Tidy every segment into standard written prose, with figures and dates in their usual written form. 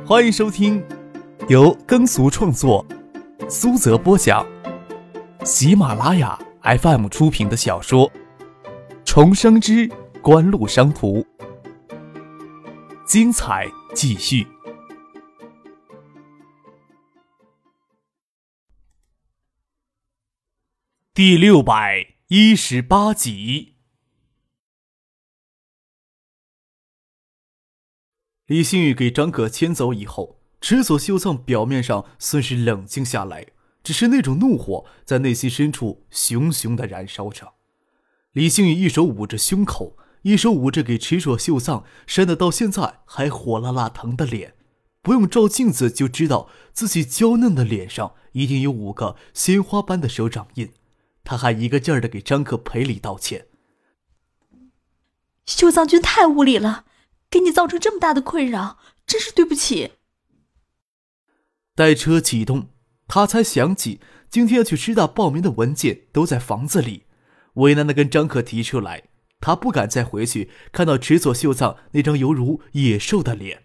欢迎收听由耕俗创作、苏泽播讲、喜马拉雅 FM 出品的小说《重生之官路商途》，精彩继续。第618集。李星宇给张可牵走以后，池佐秀藏表面上算是冷静下来，只是那种怒火在内心深处熊熊地燃烧着。李星宇一手捂着胸口，一手捂着给池佐秀藏扇得到现在还火辣辣疼的脸，不用照镜子就知道自己娇嫩的脸上一定有5个鲜花般的手掌印。他还一个劲儿地给张可赔礼道歉： 秀藏君太无礼了，给你造成这么大的困扰，真是对不起。 待车启动，他才想起今天要去师大报名的文件都在房子里，为难地跟张可提出来，他不敢再回去看到池佐秀藏那张犹如野兽的脸。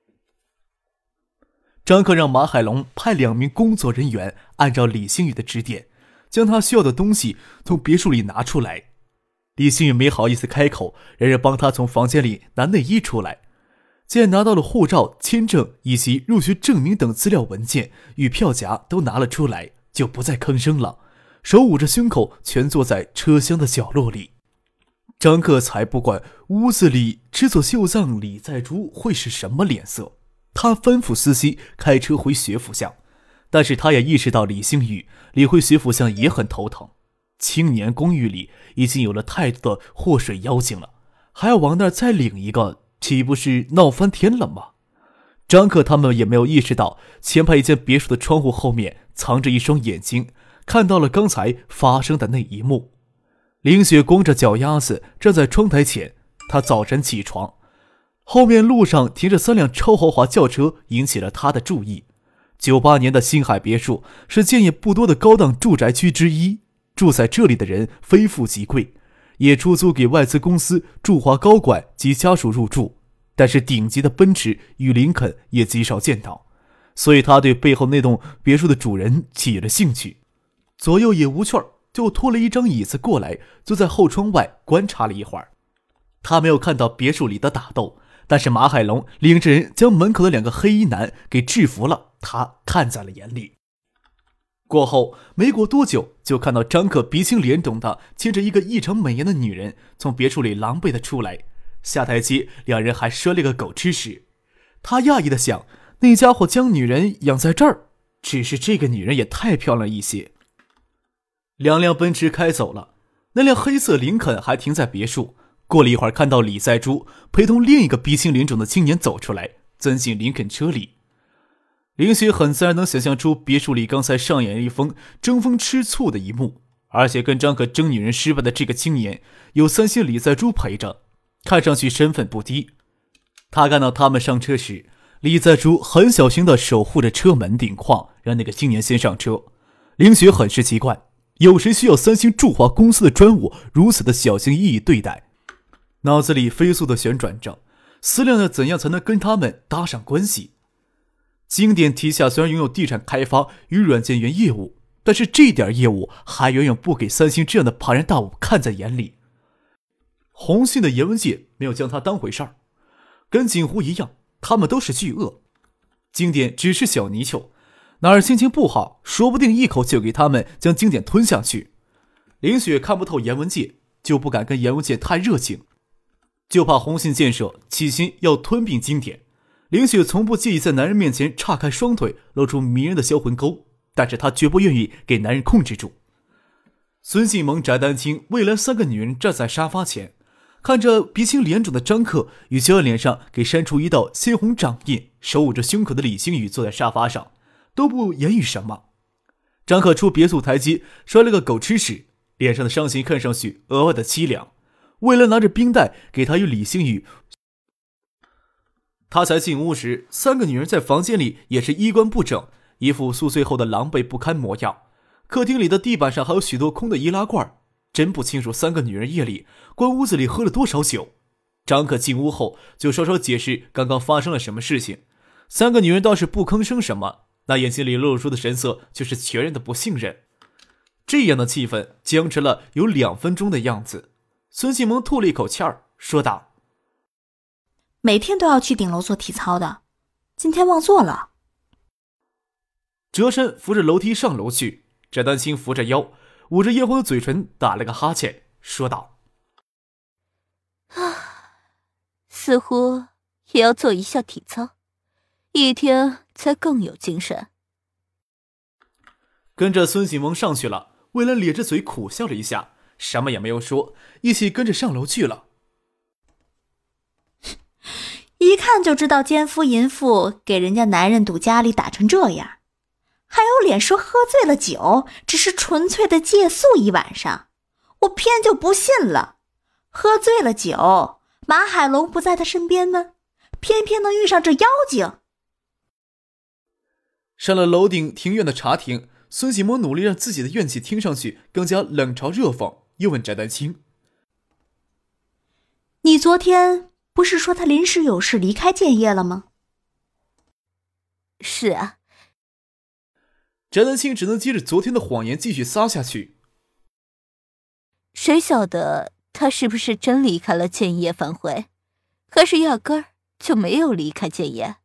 张可让马海龙派2名工作人员按照李星宇的指点，将他需要的东西从别墅里拿出来。李星宇没好意思开口，让人帮他从房间里拿内衣出来。既然拿到了护照、签证以及入学证明等资料文件与票夹都拿了出来，就不再吭声了，手捂着胸口，蜷坐在车厢的角落里。张克才不管屋子里池佐秀藏、李在洙会是什么脸色，他吩咐司机开车回学府巷。但是他也意识到李星宇理会学府巷也很头疼，青年公寓里已经有了太多的祸水妖精了，还要往那儿再领一个，岂不是闹翻天了吗？张可他们也没有意识到前排一间别墅的窗户后面藏着一双眼睛，看到了刚才发生的那一幕。林雪光着脚丫子站在窗台前，她早晨起床，后面路上停着3辆超豪华轿车，引起了她的注意。98年的星海别墅是建业不多的高档住宅区之一，住在这里的人非富即贵，也出租给外资公司驻华高管及家属入住，但是顶级的奔驰与林肯也极少见到，所以他对背后那栋别墅的主人起了兴趣。左右也无趣，就拖了一张椅子过来，坐在后窗外观察了一会儿。他没有看到别墅里的打斗，但是马海龙领着人将门口的2个黑衣男给制服了，他看在了眼里。过后没过多久，就看到张可鼻青脸肿的牵着一个异常美颜的女人从别墅里狼狈的出来，下台阶2人还摔了个狗吃屎。他讶异的想，那家伙将女人养在这儿，只是这个女人也太漂亮一些。2辆奔驰开走了，那辆黑色林肯还停在别墅。过了一会儿，看到李在洙陪同另一个鼻青脸肿的青年走出来，钻进林肯车里。林雪很自然能想象出别墅里刚才上演一封争风吃醋的一幕，而且跟张可争女人失败的这个青年有3星李在洙陪着，看上去身份不低。他看到他们上车时，李在洙很小心地守护着车门顶框，让那个青年先上车。林雪很是奇怪，有谁需要3星驻华公司的专务如此的小心翼翼对待？脑子里飞速地旋转着，思量着怎样才能跟他们搭上关系。经典旗下虽然拥有地产开发与软件园业务，但是这点业务还远远不给3星这样的庞然大物看在眼里。红信的严文介没有将他当回事儿，跟锦湖一样，他们都是巨鳄。经典只是小泥鳅，哪儿心情不好，说不定一口就给他们将经典吞下去。林雪看不透严文介，就不敢跟严文介太热情，就怕红信建设起心要吞并经典。林雪从不介意在男人面前岔开双腿，露出迷人的销魂沟，但是她绝不愿意给男人控制住。孙信萌、翟丹青、魏兰3个女人站在沙发前，看着鼻青脸肿的张克与就在脸上给扇出一道鲜红掌印，手捂着胸口的李星宇坐在沙发上，都不言语什么。张克出别墅台阶摔了个狗吃屎，脸上的伤形看上去额外的凄凉。魏兰拿着冰袋给他与李星宇。他才进屋时，3个女人在房间里也是衣冠不整，一副宿醉后的狼狈不堪模样。客厅里的地板上还有许多空的易拉罐，真不清楚3个女人夜里关屋子里喝了多少酒。张可进屋后就稍稍解释刚刚发生了什么事情三个女人倒是不吭声什么，那眼睛里露出的神色却是全然的不信任。这样的气氛僵持了有2分钟的样子。孙继萌吐了一口气儿，说道： 每天都要去顶楼做体操的，今天忘做了。 折身扶着楼梯上楼去，翟丹青扶着腰，捂着嫣红的嘴唇打了个哈欠，说道： 似乎也要做一下体操，一天才更有精神。 跟着孙继萌上去了，魏兰咧着嘴苦笑了一下，什么也没有说，一起跟着上楼去了。 一看就知道奸夫淫妇给人家男人赌家里打成这样，还有脸说喝醉了酒只是纯粹的借宿一晚上，我偏就不信了。喝醉了酒，马海龙不在他身边吗？偏偏能遇上这妖精。 上了楼顶庭院的茶厅，孙继萌努力让自己的怨气听上去更加冷嘲热讽，又问翟丹青： 你昨天不是说他临时有事离开建业了吗？ 是啊。 翟丹青只能接着昨天的谎言继续撒下去。 谁晓得他是不是真离开了建业返回，还是压根儿就没有离开建业？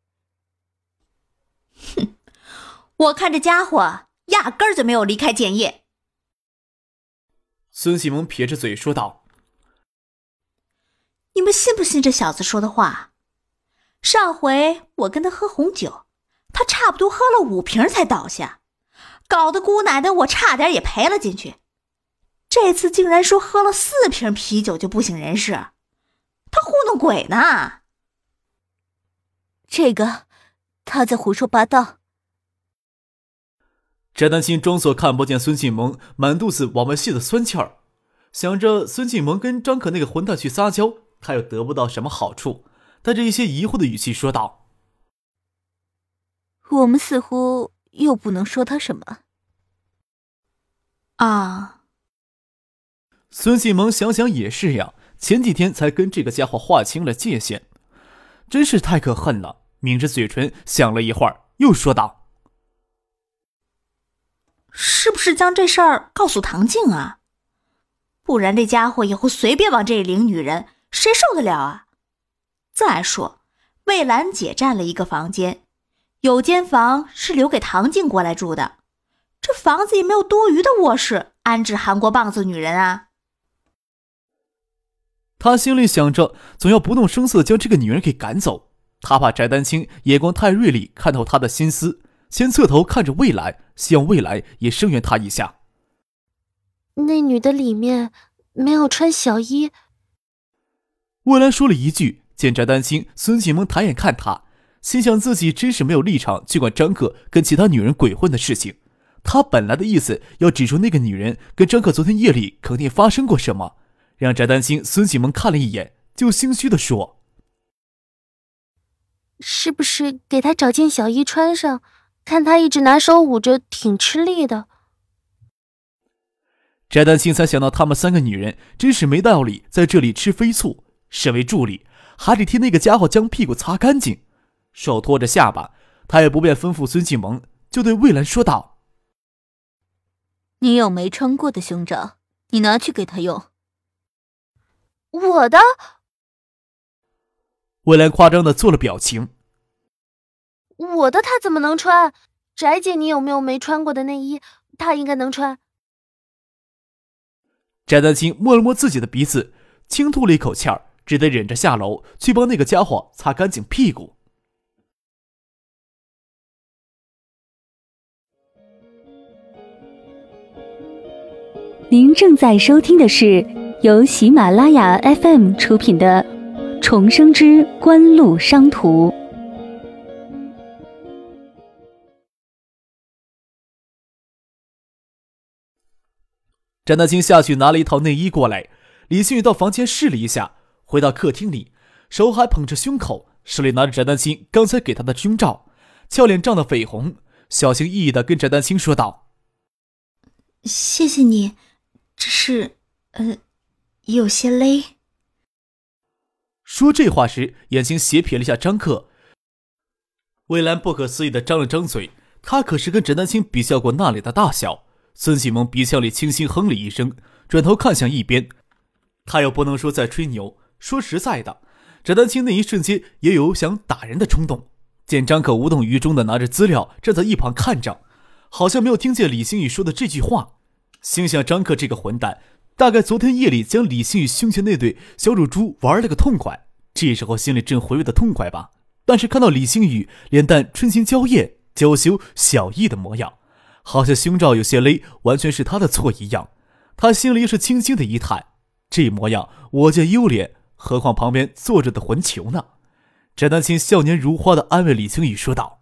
哼，我看这家伙压根儿就没有离开建业。 孙继萌撇着嘴说道： 你们信不信这小子说的话？上回我跟他喝红酒，他差不多喝了5瓶才倒下，搞得姑奶奶我差点也赔了进去。这次竟然说喝了4瓶啤酒就不省人事，他糊弄鬼呢。 这个他在胡说八道。 翟丹青装作看不见孙继萌满肚子往外泄的酸气儿，想着孙继萌跟张可那个混蛋去撒娇，他又得不到什么好处，带着一些疑惑的语气说道： 我们似乎又不能说他什么。 啊， 孙继萌想想也是呀，前几天才跟这个家伙划清了界限，真是太可恨了。抿着嘴唇想了一会儿，又说道： 是不是将这事儿告诉唐静啊？不然这家伙以后随便往这里领女人，谁受得了啊？再说魏兰姐占了一个房间，有间房是留给唐静过来住的，这房子也没有多余的卧室安置韩国棒子女人啊。 他心里想着，总要不动声色将这个女人给赶走。他怕翟丹青眼光太锐利，看透他的心思，先侧头看着魏兰，希望魏兰也声援他一下。 那女的里面没有穿小衣。 魏兰说了一句，见翟丹青、孙继萌抬眼看他，心想自己真是没有立场去管张可跟其他女人鬼混的事情。他本来的意思要指出那个女人跟张可昨天夜里肯定发生过什么，让翟丹青、孙继萌看了一眼，就心虚地说： 是不是给她找件小衣穿上？看她一直拿手捂着，挺吃力的。 翟丹青才想到他们3个女人真是没道理在这里吃飞醋，身为助理还得替那个家伙将屁股擦干净。手托着下巴，他也不便吩咐孙继萌，就对魏兰说道： 你有没穿过的胸罩，你拿去给他用。 我的？ 魏兰夸张地做了表情。 我的她怎么能穿？翟姐，你有没有没穿过的内衣？她应该能穿。 翟丹青摸了摸自己的鼻子，轻吐了一口气儿，只得忍着下楼去帮那个家伙擦干净屁股。 您正在收听的是由喜马拉雅 FM 出品的《重生之官路商途》。 翟丹青下去拿了一套内衣过来，李星宇到房间试了一下，回到客厅里，手还捧着胸口，手里拿着翟丹青刚才给他的胸罩，俏脸涨得绯红，小心翼翼地跟翟丹青说道： 谢谢你，只是有些勒。 说这话时眼睛斜瞥了一下张克， 魏兰不可思议地张了张嘴，他可是跟翟丹青比较过那里的大小。孙启蒙鼻腔里轻轻哼了一声，转头看向一边。他又不能说在吹牛，说实在的，翟丹青那一瞬间也有想打人的冲动。见张可无动于衷地拿着资料站在一旁看着，好像没有听见李星宇说的这句话，心想张可这个混蛋大概昨天夜里将李星宇胸前那对小乳猪玩了个痛快，这时候心里正回味的痛快吧。但是看到李星宇脸蛋春情娇艳、娇羞小意的模样，好像胸罩有些勒，完全是他的错一样，他心里又是轻轻的一叹，这模样我见优脸，何况旁边坐着的混球呢？翟丹青笑颜如花地安慰李星宇说道：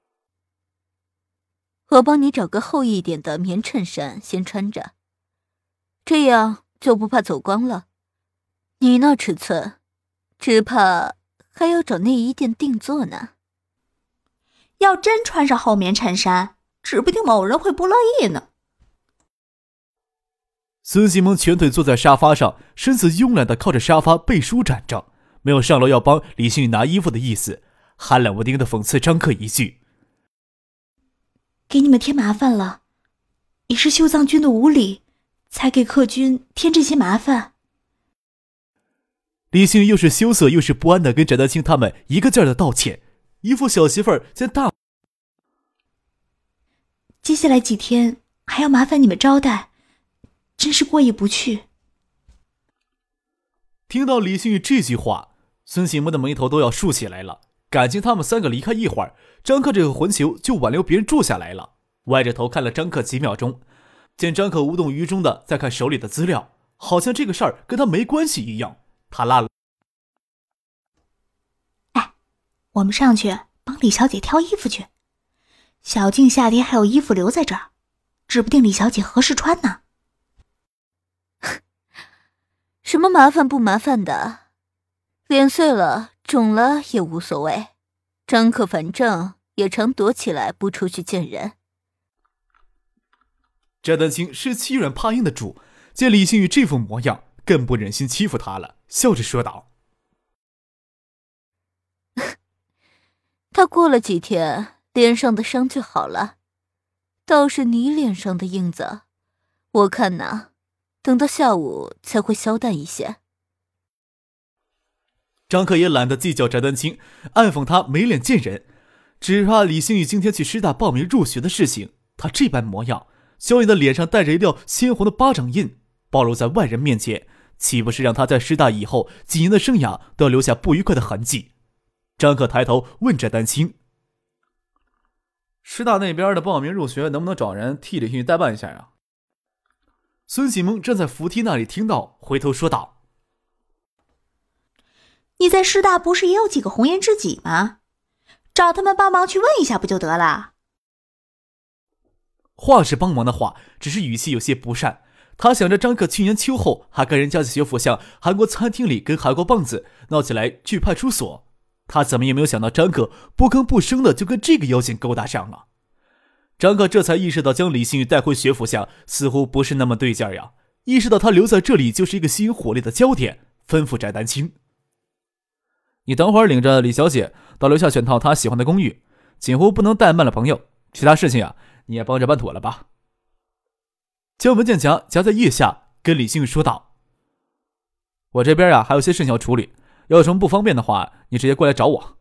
我帮你找个厚一点的棉衬衫先穿着，这样就不怕走光了。你那尺寸，只怕还要找内衣店定做呢。 要真穿上厚棉衬衫，指不定某人会不乐意呢。 孙启蒙蜷腿坐在沙发上，身子慵懒地靠着沙发背舒展着，没有上楼要帮李星宇拿衣服的意思，寒冷无丁地讽刺张克一句： 给你们添麻烦了，也是绣藏军的无礼，才给客军添这些麻烦。 李星宇又是羞涩又是不安地跟翟丹青他们一个劲儿地道歉，一副小媳妇儿见大。 接下来几天还要麻烦你们招待，真是过意不去。 听到李星宇这句话，孙启蒙的眉头都要竖起来了。感情他们三个离开一会儿，张克这个混球就挽留别人住下来了。歪着头看了张克几秒钟，见张克无动于衷的在看手里的资料，好像这个事儿跟他没关系一样。他拉了： 哎，我们上去帮李小姐挑衣服去。小静夏天还有衣服留在这儿，指不定李小姐何时穿呢。 什么麻烦不麻烦的，脸碎了肿了也无所谓。张克反正也常躲起来不出去见人。 翟丹青是欺软怕硬的主，见李星宇这副模样，更不忍心欺负他了，笑着说道： 他过了几天，脸上的伤就好了，倒是你脸上的印子，我看呐，等到下午才会消淡一些。 张克也懒得计较翟丹青，暗讽他没脸见人，只怕李星宇今天去师大报名入学的事情，他这般模样，小野的脸上带着一道鲜红的巴掌印，暴露在外人面前，岂不是让他在师大以后几年的生涯都要留下不愉快的痕迹？张克抬头问翟丹青：师大那边的报名入学能不能找人替李星宇代办一下呀？孙启蒙站在扶梯那里听到，回头说道： 你在师大不是也有几个红颜知己吗？找他们帮忙去问一下不就得了？ 话是帮忙的话，只是语气有些不善。他想着张克去年秋后还跟人家在学府巷韩国餐厅里跟韩国棒子闹起来去派出所，他怎么也没有想到张克不吭不声的就跟这个妖精勾搭上了。张克这才意识到将李星宇带回学府巷似乎不是那么对劲呀，意识到他留在这里就是一个吸引火力的焦点，吩咐翟丹青：你等会儿领着李小姐到楼下选套她喜欢的公寓，锦湖不能怠慢了朋友，其他事情啊你也帮着办妥了吧。将文件夹夹在腋下，跟李星宇说道：我这边啊还有些事情要处理，要有什么不方便的话你直接过来找我。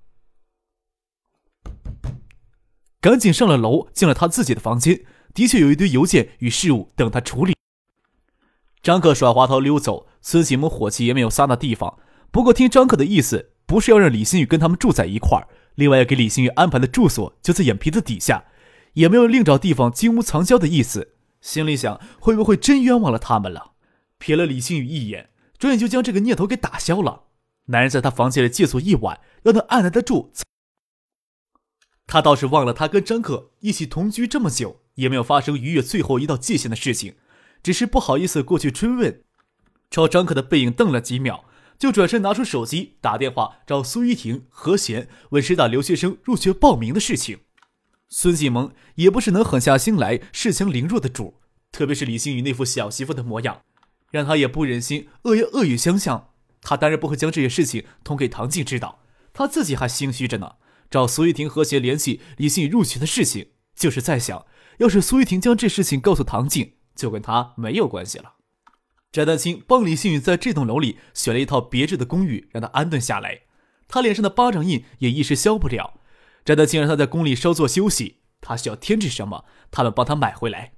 赶紧上了楼，进了他自己的房间，的确有一堆邮件与事务等他处理。张克甩滑头溜走，孙启蒙火气也没有撒那地方，不过听张克的意思，不是要让李星宇跟他们住在一块儿，另外要给李星宇安排的住所就在眼皮子底下，也没有另找地方金屋藏娇的意思。心里想会不会真冤枉了他们了，瞥了李星宇一眼，转眼就将这个念头给打消了。男人在他房间里借宿一晚，要能按耐得住，他倒是忘了他跟张克一起同居这么久，也没有发生逾越最后一道界限的事情，只是不好意思过去追问，朝张克的背影瞪了几秒，就转身拿出手机打电话找苏依婷、何贤问师大留学生入学报名的事情。孙继萌也不是能狠下心来恃强凌弱的主，特别是李星宇那副小媳妇的模样，让他也不忍心恶言恶语相向。他当然不会将这些事情通给唐静知道，他自己还心虚着呢。 找苏玉婷和谐联系李星宇入学的事情，就是在想，要是苏玉婷将这事情告诉唐静，就跟他没有关系了。翟丹青帮李星宇在这栋楼里选了一套别致的公寓，让他安顿下来。他脸上的巴掌印也一时消不了。翟丹青让他在宫里稍作休息，他需要添置什么，他们帮他买回来。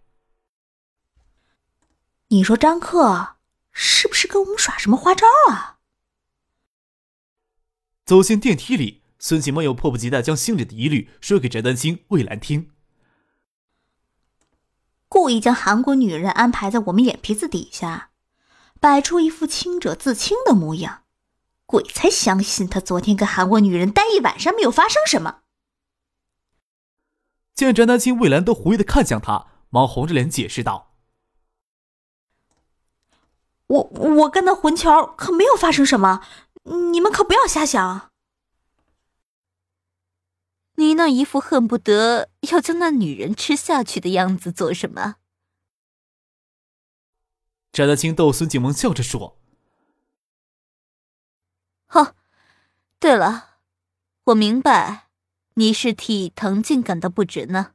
你说张克是不是跟我们耍什么花招啊？ 走进电梯里，孙启萌又迫不及待将心里的疑虑说给翟丹青、魏兰听。 故意将韩国女人安排在我们眼皮子底下，摆出一副清者自清的模样，鬼才相信他昨天跟韩国女人待一晚上没有发生什么。 见翟丹青、魏兰都狐疑地看向他，忙红着脸解释道： 我跟那混球可没有发生什么，你们可不要瞎想。 你那一副恨不得要将那女人吃下去的样子做什么？ 翟丹青逗孙景萌笑着说： 对了，我明白你是替唐静感到不值呢。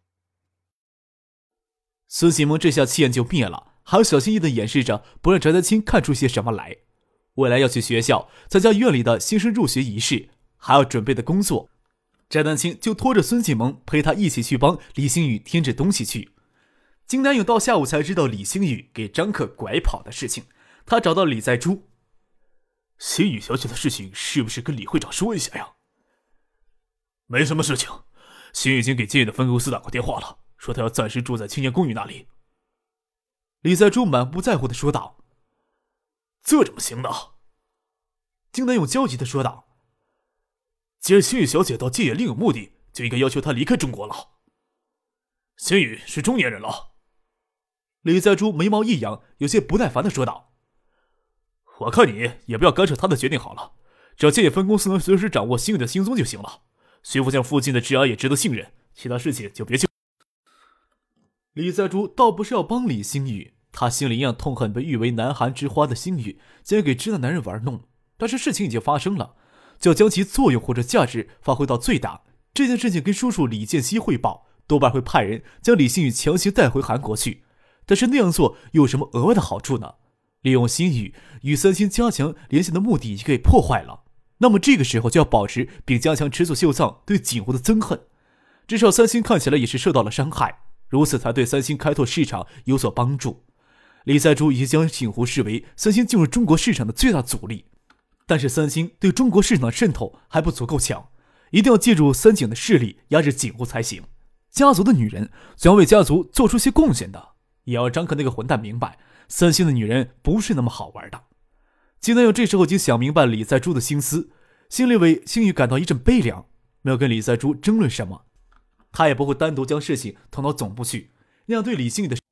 孙景萌这下气焰就灭了，还要小心翼翼地掩饰着，不让翟丹青看出些什么来。未来要去学校参加院里的新生入学仪式，还要准备的工作，翟丹青就拖着孙景萌陪他一起去帮李星宇添置东西去。金南勇到下午才知道李星宇给张克拐跑的事情，他找到李在珠：星宇小姐的事情是不是跟李会长说一下呀？没什么事情，星宇已经给建业的分公司打过电话了，说他要暂时住在青年公寓那里。李在珠满不在乎地说道：这怎么行呢？金南勇焦急地说道：既然星宇小姐到建业另有目的，就应该要求她离开中国了。星宇是中年人了。李在珠眉毛一扬，有些不耐烦地说道：我看你也不要干涉他的决定好了，只要建业分公司能随时掌握星宇的行踪就行了。徐福将附近的治安也值得信任，其他事情就别去。李在珠倒不是要帮李星宇，他心里一样痛恨被誉为南韩之花的星宇竟然给直男男人玩弄，但是事情已经发生了，就要将其作用或者价值发挥到最大。这件事情跟叔叔李建熙汇报，多半会派人将李星宇强行带回韩国去，但是那样做又有什么额外的好处呢？利用星宇与三星加强联系的目的已经给破坏了，那么这个时候就要保持并加强池佐秀藏对景湖的憎恨，至少三星看起来也是受到了伤害，如此才对三星开拓市场有所帮助。李在珠已经将景湖视为三星进入中国市场的最大阻力，但是三星对中国市场的渗透还不足够强，一定要借助三井的势力压制景湖才行。家族的女人总要为家族做出些贡献的，也要张克那个混蛋明白，三星的女人不是那么好玩的。金南勇这时候已经想明白李在珠的心思，心里为星宇感到一阵悲凉，没有跟李在珠争论什么，他也不会单独将事情捅到总部去，那样对李星宇的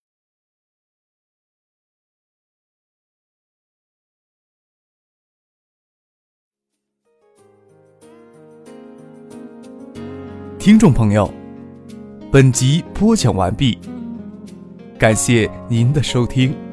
听众朋友，本集播讲完毕，感谢您的收听。